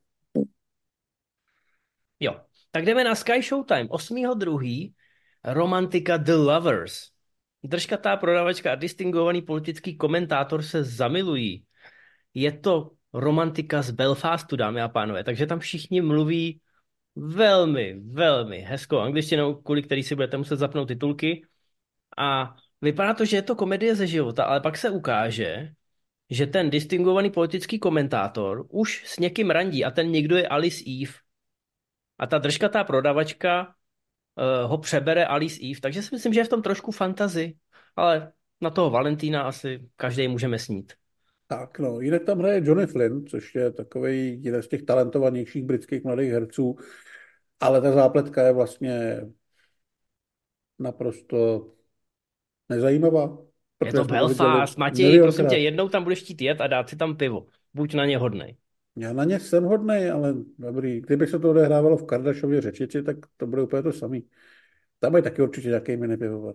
Jo. Tak jdeme na Sky Showtime. 8.2. Romantika The Lovers. Držkatá prodavačka a distingovaný politický komentátor se zamilují. Je to romantika z Belfastu, dámy a pánové, takže tam všichni mluví velmi, velmi hezkou angličtinou, kvůli který si budete muset zapnout titulky. A vypadá to, že je to komedie ze života, ale pak se ukáže, že ten distingovaný politický komentátor už s někým randí a ten někdo je Alice Eve. A ta držkatá prodavačka ho přebere Alice Eve, takže si myslím, že je v tom trošku fantazy, ale na toho Valentína asi každý můžeme snít. Tak, no, jinak tam hraje Johnny Flynn, což je takový jeden z těch talentovanějších britských mladých herců, ale ta zápletka je vlastně naprosto nezajímavá, Je protože to jsme to viděli Belfast, Matěj, prosím tě, milionkrát. jednou tam budeš chtít jet a dát si tam pivo. Buď na ně hodnej. Já na ně jsem hodnej, ale dobrý. Kdyby se to odehrávalo v Kardashiově řečici, tak to bude úplně to samý. Tam je taky určitě nějaký mini pivovar.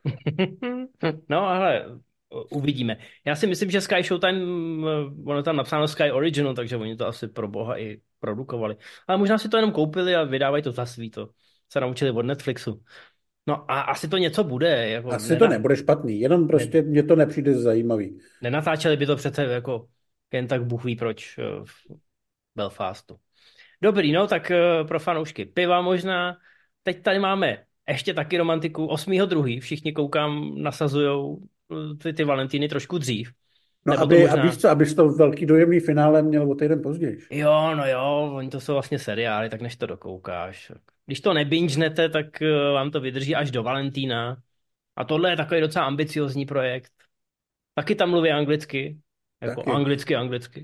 No, ale uvidíme. Já si myslím, že Sky Showtime, ono tam napsáno Sky Original, takže oni to asi pro boha i produkovali. Ale možná si to jenom koupili a vydávají to za svý, to se naučili od Netflixu. No a asi to něco bude, jako Asi to nebude špatný, jenom ne, prostě mně to nepřijde zajímavý. nenatáčeli by to přece jako jen tak Bůh ví proč v Belfastu. Dobrý, no tak pro fanoušky piva možná. Teď tady máme ještě taky romantiku 8.2. Všichni koukám, nasazujou ty Valentíny trošku dřív. No, Nebo to a víš možná... co, abys to velký dojemný finále měl o týden později. Jo, no jo, oni to jsou vlastně seriály, tak než to dokoukáš. Když to nebingenete, tak vám to vydrží až do Valentína. A tohle je takový docela ambiciozní projekt. Taky tam mluví anglicky. Jako Taky. anglicky, anglicky.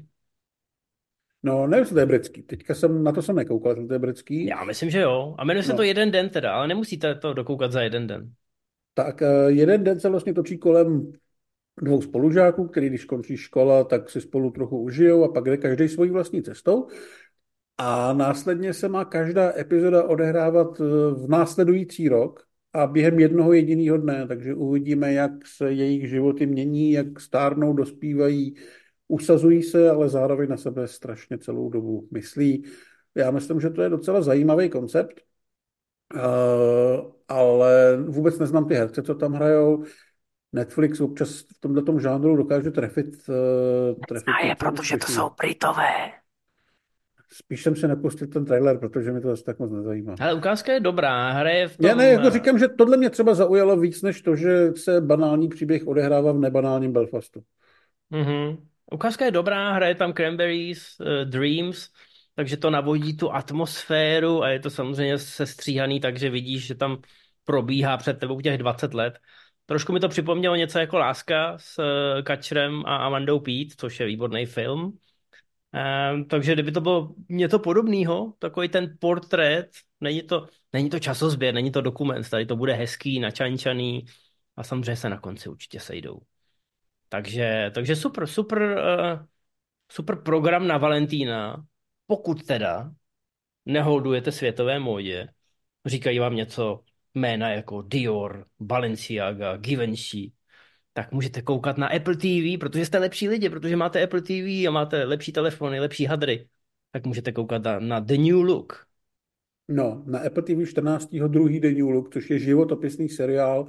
No, nevím, jestli to je britský. Teďka jsem na to jsem nekoukal, jestli to je britský. Já myslím, že jo. A jmenuje se to No, Jeden den teda, ale nemusíte to dokoukat za jeden den. tak jeden den se vlastně točí kolem dvou spolužáků, který když končí škola, tak si spolu trochu užijou a pak jde každý svojí vlastní cestou. A následně se má každá epizoda odehrávat v následující rok a během jednoho jediného dne, takže uvidíme, jak se jejich životy mění, jak stárnou, dospívají, usazují se, ale zároveň na sebe strašně celou dobu myslí. Já myslím, že to je docela zajímavý koncept, ale vůbec neznám ty herce, co tam hrajou. Netflix občas v tomto žánru dokáže trefit A je docela protože to úspěšně. jsou Britové. Spíš jsem si nepustil ten trailer, protože mi to zase tak moc nezajímá. Ale ukázka je dobrá, hraje v Já ne, tom... jako říkám, že tohle mě třeba zaujalo víc, než to, že se banální příběh odehrává v nebanálním Belfastu. Ukázka je dobrá, hraje tam Cranberries, Dreams, takže to navodí tu atmosféru a je to samozřejmě sestříhaný, takže vidíš, že tam probíhá před tebou těch 20 let. Trošku mi to připomnělo něco jako Láska s Kačrem a Amandou Peet, což je výborný film. Takže kdyby to bylo něco podobného, takový ten portrét, není to časozběr, není to dokument, tady to bude hezký, načančaný a samozřejmě se na konci určitě sejdou. Takže super, super, super program na Valentína, pokud teda neholdujete světové módě, říkají vám něco jména jako Dior, Balenciaga, Givenchy, tak můžete koukat na Apple TV, protože jste lepší lidi, protože máte Apple TV a máte lepší telefony, lepší hadry, tak můžete koukat na The New Look. No, na Apple TV 14. druhý The New Look, což je životopisný seriál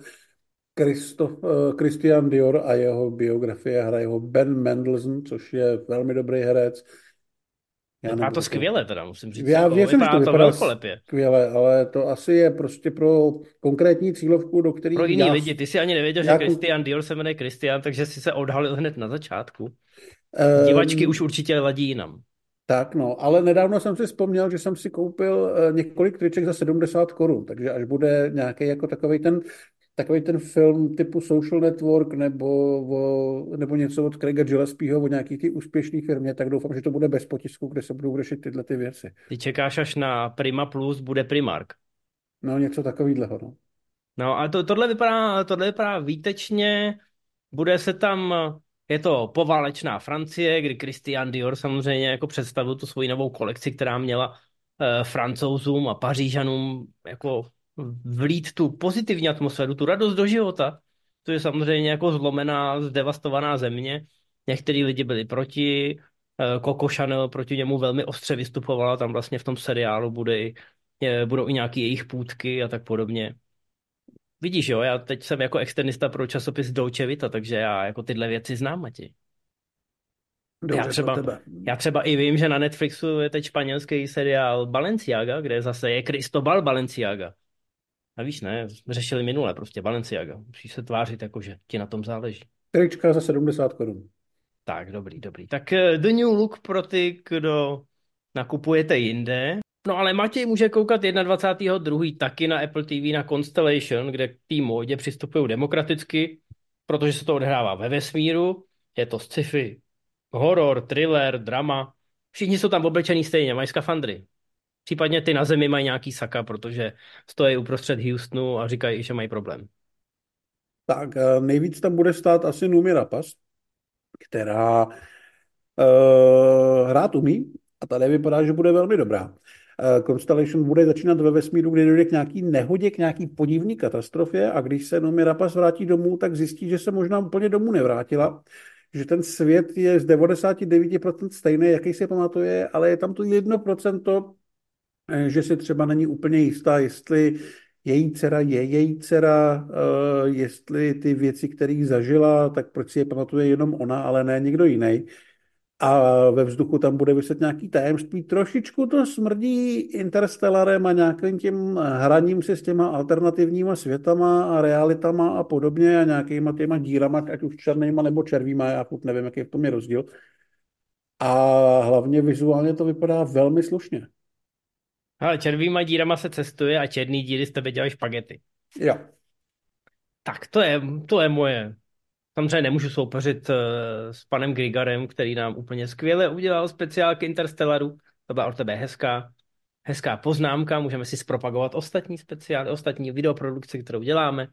Christian Dior a jeho biografie, hraje ho Ben Mendelsohn, což je velmi dobrý herec. Já Vypadá to nebudu to... skvěle teda, musím říct, Já jako, věřím, že to vypadá to vypadá velkolepě. skvěle, ale to asi je prostě pro konkrétní cílovku, do Pro který jiný lidi, ty si ani nevěděl, že já Christian Dior se jmenuje Christian, takže si se odhalil hned na začátku. Divačky už um, určitě ladí jinam. tak no, ale nedávno jsem si vzpomněl, že jsem si koupil několik triček za 70 korun, takže až bude nějaký jako takový ten film typu Social Network nebo něco od Craiga Gillespieho o nějaký ty úspěšný firmě, tak doufám, že to bude bez potisku, kde se budou řešit tyhle ty věci. Ty čekáš, až na Prima Plus bude Primark. No něco takovýhleho, no. No a tohle vypadá výtečně. Bude se tam, je to poválečná Francie, kdy Christian Dior samozřejmě jako představil tu svoji novou kolekci, která měla Francouzům a Pařížanům jako vlít tu pozitivní atmosféru, tu radost do života. To je samozřejmě jako zlomená, zdevastovaná země. Některý lidi byli proti, Coco Chanel proti němu velmi ostře vystupovala, tam vlastně v tom seriálu budou i nějaký jejich půtky a tak podobně. Vidíš, jo, já teď jsem jako externista pro časopis Dolce Vita, takže já jako tyhle věci znám, Mati. Já Dobře pro třeba, tebe. já třeba i vím, že na Netflixu je teď španělský seriál Balenciaga, kde zase je Cristobal Balenciaga. A víš, ne, řešili minule prostě Balenciaga. Musíš se tvářit jako, že ti na tom záleží. Trička za 70 korun. Tak, dobrý, dobrý. Tak The New Look pro ty, kdo nakupujete jinde. No ale Matěj může koukat 21.2. taky na Apple TV na Constellation, kde k té módě přistupují demokraticky, protože se to odehrává ve vesmíru. Je to sci-fi, horor, thriller, drama. Všichni jsou tam oblečení stejně, mají skafandry. Případně ty na zemi mají nějaký saka, protože stojí uprostřed Houstonu a říkají, že mají problém. Tak nejvíc tam bude stát asi Noomi Rapace, která hrát umí a tady vypadá, že bude velmi dobrá. Constellation bude začínat ve vesmíru, kdy dojde k nějaký nehodě, k nějaký podivné katastrofě a když se Noomi Rapace vrátí domů, tak zjistí, že se možná úplně domů nevrátila, že ten svět je z 99% stejný, jaký si pamatuje, ale je tam to 1%, že si třeba není úplně jistá, jestli její dcera je její dcera, jestli ty věci, které zažila, tak proč si je pamatuje jenom ona, ale ne někdo jiný. A ve vzduchu tam bude vyset nějaký tajemství. Trošičku to smrdí Interstellarem a nějakým tím hraním si s těma alternativníma světama a realitama a podobně a nějakýma těma dírama, ať už černýma nebo červíma, já furt nevím, jaký v tom je rozdíl. A hlavně vizuálně to vypadá velmi slušně. Ale červýma dírama se cestuje a černý díry z tebe dělají špagety. Jo. Tak to je moje. Samozřejmě nemůžu soupeřit s panem Grigarem, který nám úplně skvěle udělal speciál k Interstellaru. To byla od tebe hezká poznámka. Můžeme si zpropagovat ostatní speciály, ostatní videoprodukce, kterou děláme.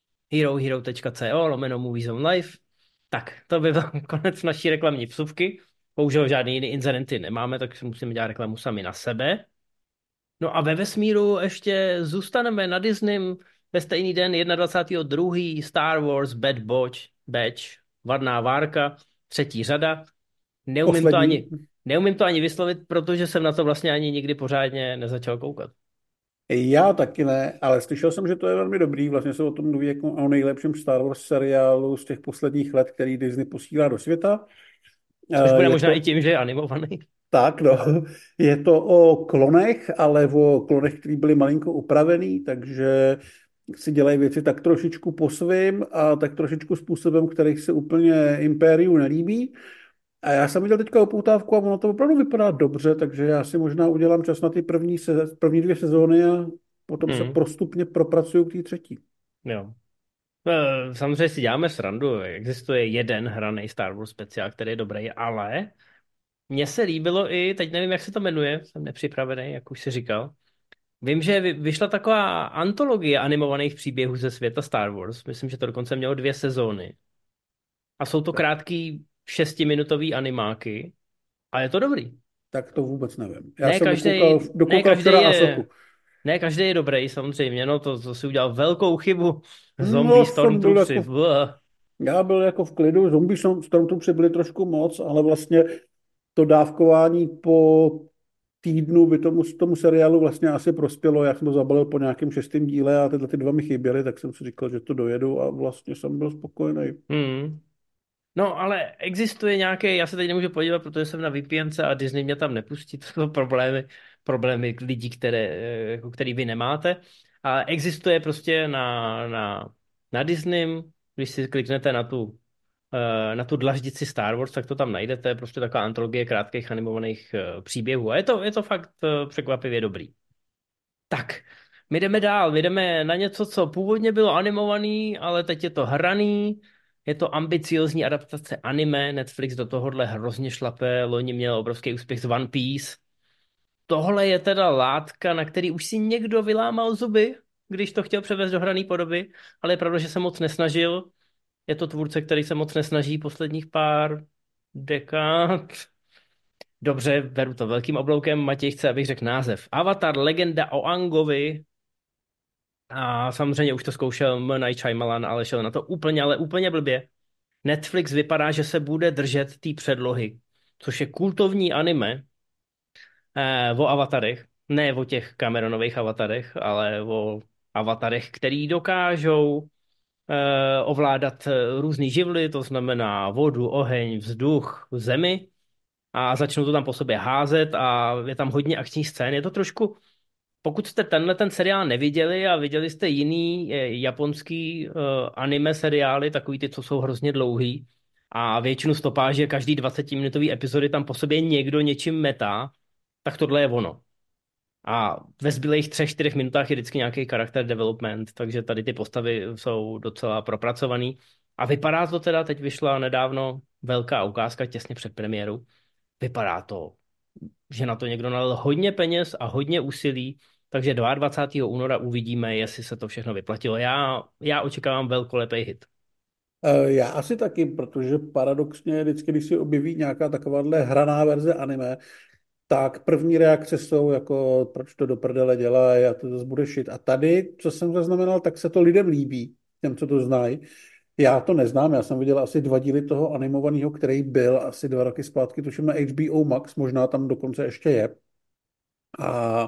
herohero.co /Movies on Live. Tak, to by byl konec naší reklamní vsuvky. Bohužel žádný jiný incidenty nemáme, tak si musíme dělat reklamu sami na sebe. No a ve vesmíru ještě zůstaneme na Disneym ve stejný den 21.2. Star Wars Batch, Vadná várka, třetí řada. Poslední. Neumím to ani vyslovit, protože jsem na to vlastně ani nikdy pořádně nezačal koukat. Já taky ne, ale slyšel jsem, že to je velmi dobrý. Vlastně se o tom mluví jako o nejlepším Star Wars seriálu z těch posledních let, který Disney posílá do světa. Což bude Je možná to i tím, že je animovaný. tak, no. Je to o klonech, ale o klonech, který byli malinko upravený, takže si dělají věci tak trošičku po svým a tak trošičku způsobem, který se úplně Impériu nelíbí. A já jsem viděl teďka upoutávku a ono to opravdu vypadá dobře, takže já si možná udělám čas na ty první dvě sezóny a potom se Mm, postupně propracuju k té třetí. jo. Samozřejmě si děláme srandu. Existuje jeden hraný Star Wars speciál, který je dobrý, ale mně se líbilo i, teď nevím, jak se to jmenuje, jsem nepřipravený, jak už si říkal, Vím, že vyšla taková antologie animovaných příběhů ze světa Star Wars. Myslím, že to dokonce mělo 2 sezóny. A jsou to Tak, krátký 6minutový animáky. A je to dobrý. tak to vůbec nevím. Já Ne jsem každý, ne dokoukal každý včera je, Asoku. ne každý je dobrý, samozřejmě. No to si udělal velkou chybu. No, Zombie jsem byl Stormtroopři. jako, já byl jako v klidu, zombie Stormtroopři byli trošku moc, ale vlastně to dávkování po týdnu by tomu seriálu vlastně asi prospělo. Já jsem to zabalil po nějakém 6. díle a tyhle ty 2 mi chyběly, tak jsem si říkal, že to dojedu a vlastně jsem byl spokojený. Hmm. No, ale existuje nějaké, já se teď nemůžu podívat, protože jsem na VPNce a Disney mě tam nepustí, to jsou problémy lidí, jako který vy nemáte. A existuje prostě na Disney, když si kliknete na tu dlaždici Star Wars, tak to tam najdete, prostě taková antologie krátkých animovaných příběhů. A je to fakt překvapivě dobrý. Tak, my jdeme dál, my jdeme na něco, co původně bylo animovaný, ale teď je to hraný, je to ambiciozní adaptace anime, Netflix do tohohle hrozně šlape, loni měl obrovský úspěch s One Piece. Tohle je teda látka, na který už si někdo vylámal zuby, když to chtěl převést do hrané podoby, ale je pravda, že se moc nesnažil. Je to tvůrce, který se moc nesnaží posledních pár dekád. Dobře, beru to velkým obloukem, Matěj chce, abych řekl název. Avatar, legenda o Angovi. A samozřejmě už to zkoušel M. Night Shyamalan, ale šel na to úplně, ale úplně blbě. Netflix vypadá, že se bude držet té předlohy, což je kultovní anime o avatarech. Ne o těch Cameronových avatarech, ale o avatarech, který dokážou ovládat různý živly, to znamená vodu, oheň, vzduch, zemi a začnou to tam po sobě házet a je tam hodně akčních scén. Je to trošku, pokud jste ten seriál neviděli a viděli jste jiný japonský anime seriály, takový ty, co jsou hrozně dlouhý a většinu stopáže každý 20-minutový epizody tam po sobě někdo něčím metá, tak tohle je ono. A ve zbylých 3-4 minutách je vždycky nějaký character development, takže tady ty postavy jsou docela propracovaný. A vypadá to teda, teď vyšla nedávno velká ukázka těsně před premiérou. Vypadá to, že na to někdo nalil hodně peněz a hodně úsilí, takže 22. února uvidíme, jestli se to všechno vyplatilo. Já očekávám velkolepý hit. Já asi taky, protože paradoxně vždycky, když si objeví nějaká takováhle hraná verze anime, tak první reakce jsou jako, proč to do prdele dělají a to zase bude shit. A tady, co jsem zaznamenal, tak se to lidem líbí, těm, co to znají. Já to neznám, já jsem viděl asi 2 díly toho animovaného, který byl asi 2 roky zpátky, tuším na HBO Max, možná tam dokonce ještě je. A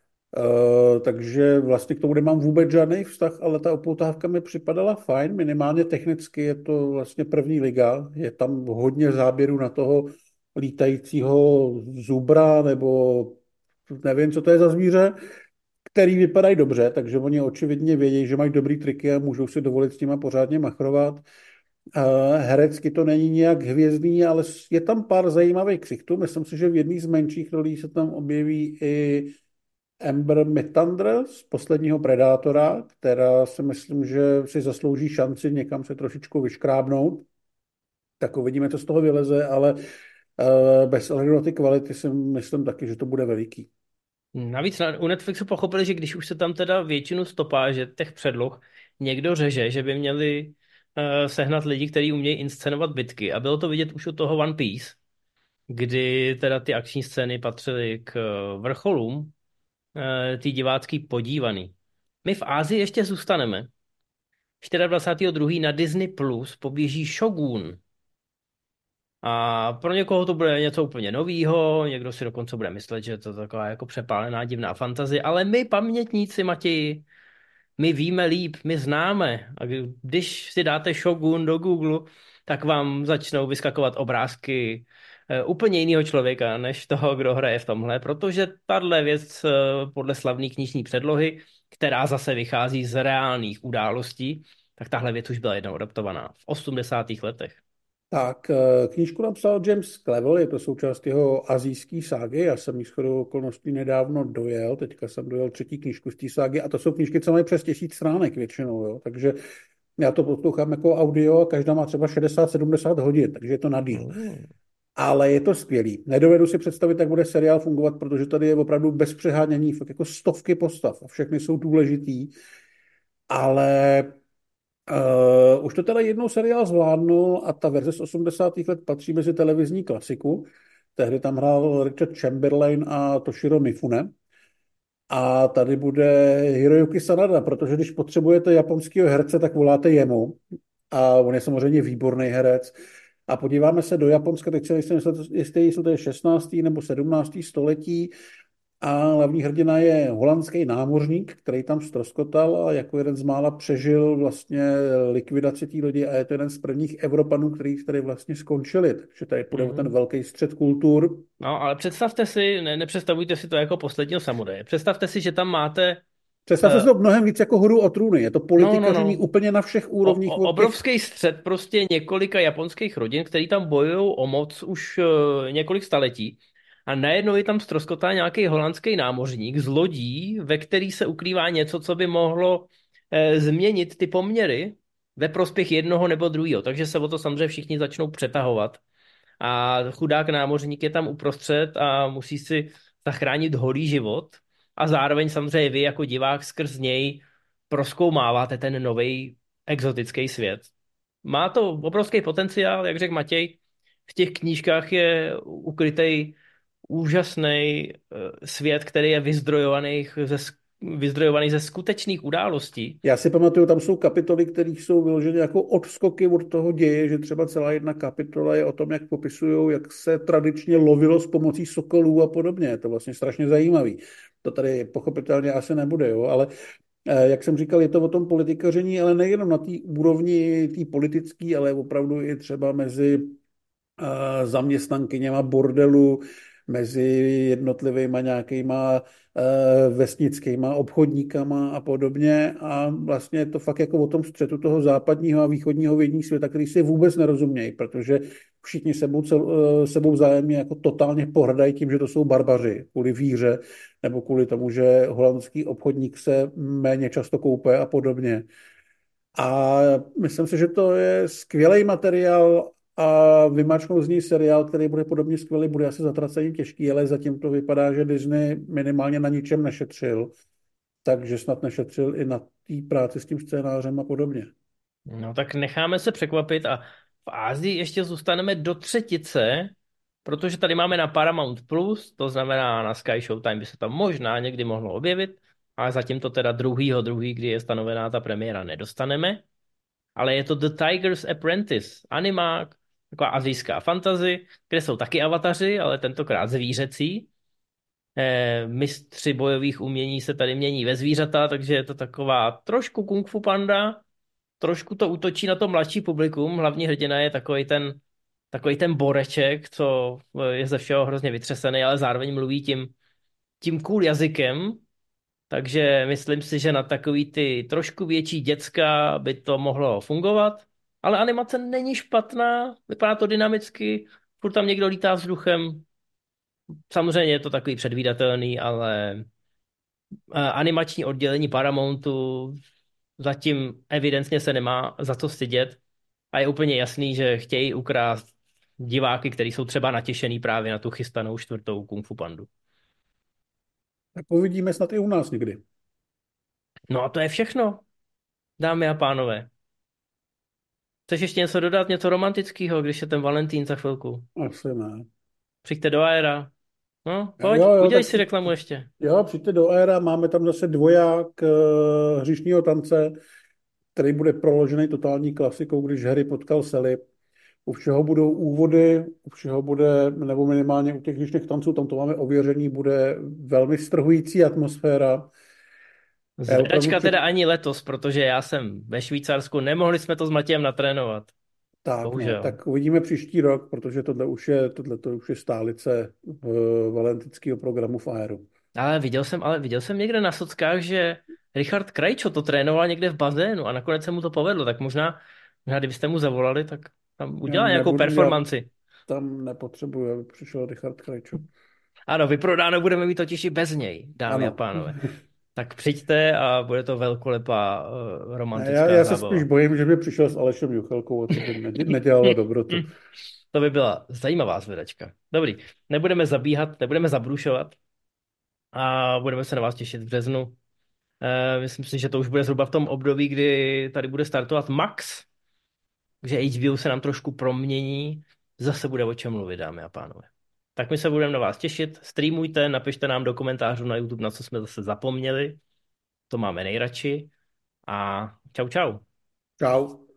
takže vlastně k tomu nemám vůbec žádný vztah, ale ta upoutávka mi připadala fajn, minimálně technicky je to vlastně první liga, je tam hodně záběrů na toho lítajícího zubra, nebo nevím, co to je za zvíře, který vypadají dobře, takže oni očividně vědí, že mají dobrý triky a můžou si dovolit s nima pořádně machrovat. Herecky to není nějak hvězdný, ale je tam pár zajímavých ksichtů. Myslím si, že v jedné z menších rolí se tam objeví i Amber Mitander z posledního Predátora, která si myslím, že si zaslouží šanci někam se trošičku vyškrábnout. Tak uvidíme, co z toho vyleze, ale bez ohledu na ty kvality si myslím taky, že to bude veliký. Navíc u Netflixu pochopili, že když už se tam teda většinu stopáže těch předloh někdo řeže, že by měli sehnat lidi, kteří umějí inscenovat bitky. A bylo to vidět už u toho One Piece, kdy teda ty akční scény patřily k vrcholům ty divácký podívaný. My v Ázii ještě zůstaneme. 24. na Disney Plus poběží Shogun. A pro někoho to bude něco úplně novýho, někdo si dokonce bude myslet, že je to taková jako přepálená divná fantazie, ale my pamětníci, Matěji, my víme líp, my známe. A když si dáte Shogun do Google, tak vám začnou vyskakovat obrázky úplně jiného člověka, než toho, kdo hraje v tomhle, protože tahle věc podle slavné knižní předlohy, která zase vychází z reálných událostí, tak tahle věc už byla jednou adaptovaná v 80. letech. Tak, knížku napsal James Clevel, je to součást jeho asijské ságy. Já jsem ji shodou okolností nedávno dojel, teďka jsem dojel 3. knížku z té ságy a to jsou knížky, co mají přes 1000 stránek většinou, jo. Takže já to poslouchám jako audio a každá má třeba 60-70 hodin, takže je to na díl. ale je to skvělý. Nedovedu si představit, jak bude seriál fungovat, protože tady je opravdu bez přehánění fakt jako stovky postav a všechny jsou důležitý, ale už to teda jednou seriál zvládnul a ta verze z 80. let patří mezi televizní klasiku. Tehdy tam hrál Richard Chamberlain a Toshiro Mifune. A tady bude Hiroyuki Sanada, protože když potřebujete japonského herce, tak voláte jemu. A on je samozřejmě výborný herec. A podíváme se do Japonska, teď se nejsem jistý, jestli to je 16. nebo 17. století. A hlavní hrdina je holandský námořník, který tam ztroskotal a jako jeden z mála přežil vlastně likvidaci té lodi a je to jeden z prvních Evropanů, který tady vlastně skončili. Takže tady půjde o ten Mhm. velký střet kultur. No, ale představte si, nepředstavujte si to jako posledního samuraje. Představte si, že tam máte, Představte si to mnohem víc jako Hru o trůny. Je to no, no, politikaření no, úplně na všech úrovních od těch. obrovský střet prostě několika japonských rodin, který tam bojují o moc už několik staletí. A najednou je tam ztroskotá nějaký holandský námořník z lodí, ve který se ukrývá něco, co by mohlo změnit ty poměry ve prospěch jednoho nebo druhého. Takže se o to samozřejmě všichni začnou přetahovat. A chudák námořník je tam uprostřed a musí si zachránit holý život. A zároveň samozřejmě vy jako divák skrz něj prozkoumáváte ten nový exotický svět. Má to obrovský potenciál, jak řekl Matěj. V těch knížkách je ukrytý úžasný svět, který je vyzdrojovaný ze skutečných událostí. Já si pamatuju, tam jsou kapitoly, které jsou vyloženě jako odskoky od toho děje, že třeba celá jedna kapitola je o tom, jak popisují, jak se tradičně lovilo s pomocí sokolů a podobně. Je to vlastně strašně zajímavý. To tady pochopitelně asi nebude, jo, ale jak jsem říkal, je to o tom politikaření, ale nejenom na té úrovni té politické, ale opravdu i třeba mezi zaměstnankyněma bordelu, mezi jednotlivýma nějakýma vesnickýma obchodníkama a podobně. A vlastně je to fakt jako o tom střetu toho západního a východního vědní světa, který si vůbec nerozumějí, protože všichni sebou vzájemně jako totálně pohrdají tím, že to jsou barbaři kvůli víře nebo kvůli tomu, že holandský obchodník se méně často koupe a podobně. A myslím si, že to je skvělý materiál a vymáčknout z ní seriál, který bude podobně skvělý, bude asi zatraceně těžký, ale zatím to vypadá, že Disney minimálně na ničem nešetřil, takže snad nešetřil i na té práci s tím scénářem a podobně. No tak necháme se překvapit a v Ázii ještě zůstaneme do třetice, protože tady máme na Paramount Plus, to znamená na Sky Showtime by se tam možná někdy mohlo objevit, ale zatím to teda druhý, kdy je stanovená ta premiéra, nedostaneme. Ale je to The Tiger's Apprentice, animák, taková asijská fantasy, kde jsou taky avataři, ale tentokrát zvířecí. Mistři bojových umění se tady mění ve zvířata, takže je to taková trošku kung fu panda, trošku to útočí na to mladší publikum. Hlavní hrdina je takový ten boreček, co je ze všeho hrozně vytřesený, ale zároveň mluví tím cool jazykem, takže myslím si, že na takový ty trošku větší děcka by to mohlo fungovat. Ale animace není špatná, vypadá to dynamicky, furt tam někdo lítá vzduchem. Samozřejmě je to takový předvídatelný, ale animační oddělení Paramountu zatím evidentně se nemá za co stydět a je úplně jasný, že chtějí ukrást diváky, kteří jsou třeba natěšený právě na tu chystanou čtvrtou Kung Fu Pandu. Tak uvidíme snad i u nás někdy. No a to je všechno, dámy a pánové. Chceš ještě něco dodat, něco romantického, když je ten Valentín za chvilku? Asi ne. Přijďte do Aera. No, pojď, Jo, jo, udělej tak si reklamu ještě. jo, přijďte do éra, máme tam zase dvoják hříšního tance, který bude proložený totální klasikou, když Harry potkal Sally. U všeho budou úvody, u všeho bude, nebo minimálně u těch dnešních tanců, tam to máme ověření, bude velmi strhující atmosféra. Já opravdu Zvedačka teda ani letos, protože já jsem ve Švýcarsku, nemohli jsme to s Matějem natrénovat. tak, no, Bohužel. tak uvidíme příští rok, protože tohle už je stálice valentického programu v Aeru. Ale viděl jsem někde na sockách, že Richard Krajčo to trénoval někde v bazénu a nakonec se mu to povedlo, tak možná kdybyste mu zavolali, tak tam Já, udělá nějakou já performanci. tam nepotřebuji, aby přišel Richard Krejčo. Ano, vyprodáno budeme mít totiž i bez něj, dámy a Ano. pánové. Tak přijďte a bude to velkolepá Ne, já, romantická já se spíš zábava. bojím, že by přišel s Alešem Juchelkou a to by nedělalo dobrotu. To by byla zajímavá zvědačka. Dobrý, nebudeme zabíhat, nebudeme zabrušovat a budeme se na vás těšit v březnu. Myslím si, že to už bude zhruba v tom období, kdy tady bude startovat Max, že HBO se nám trošku promění, zase bude o čem mluvit, dámy a pánové. Tak my se budeme na vás těšit, streamujte, napište nám do komentářů na YouTube, na co jsme zase zapomněli, to máme nejradši a čau čau. Čau.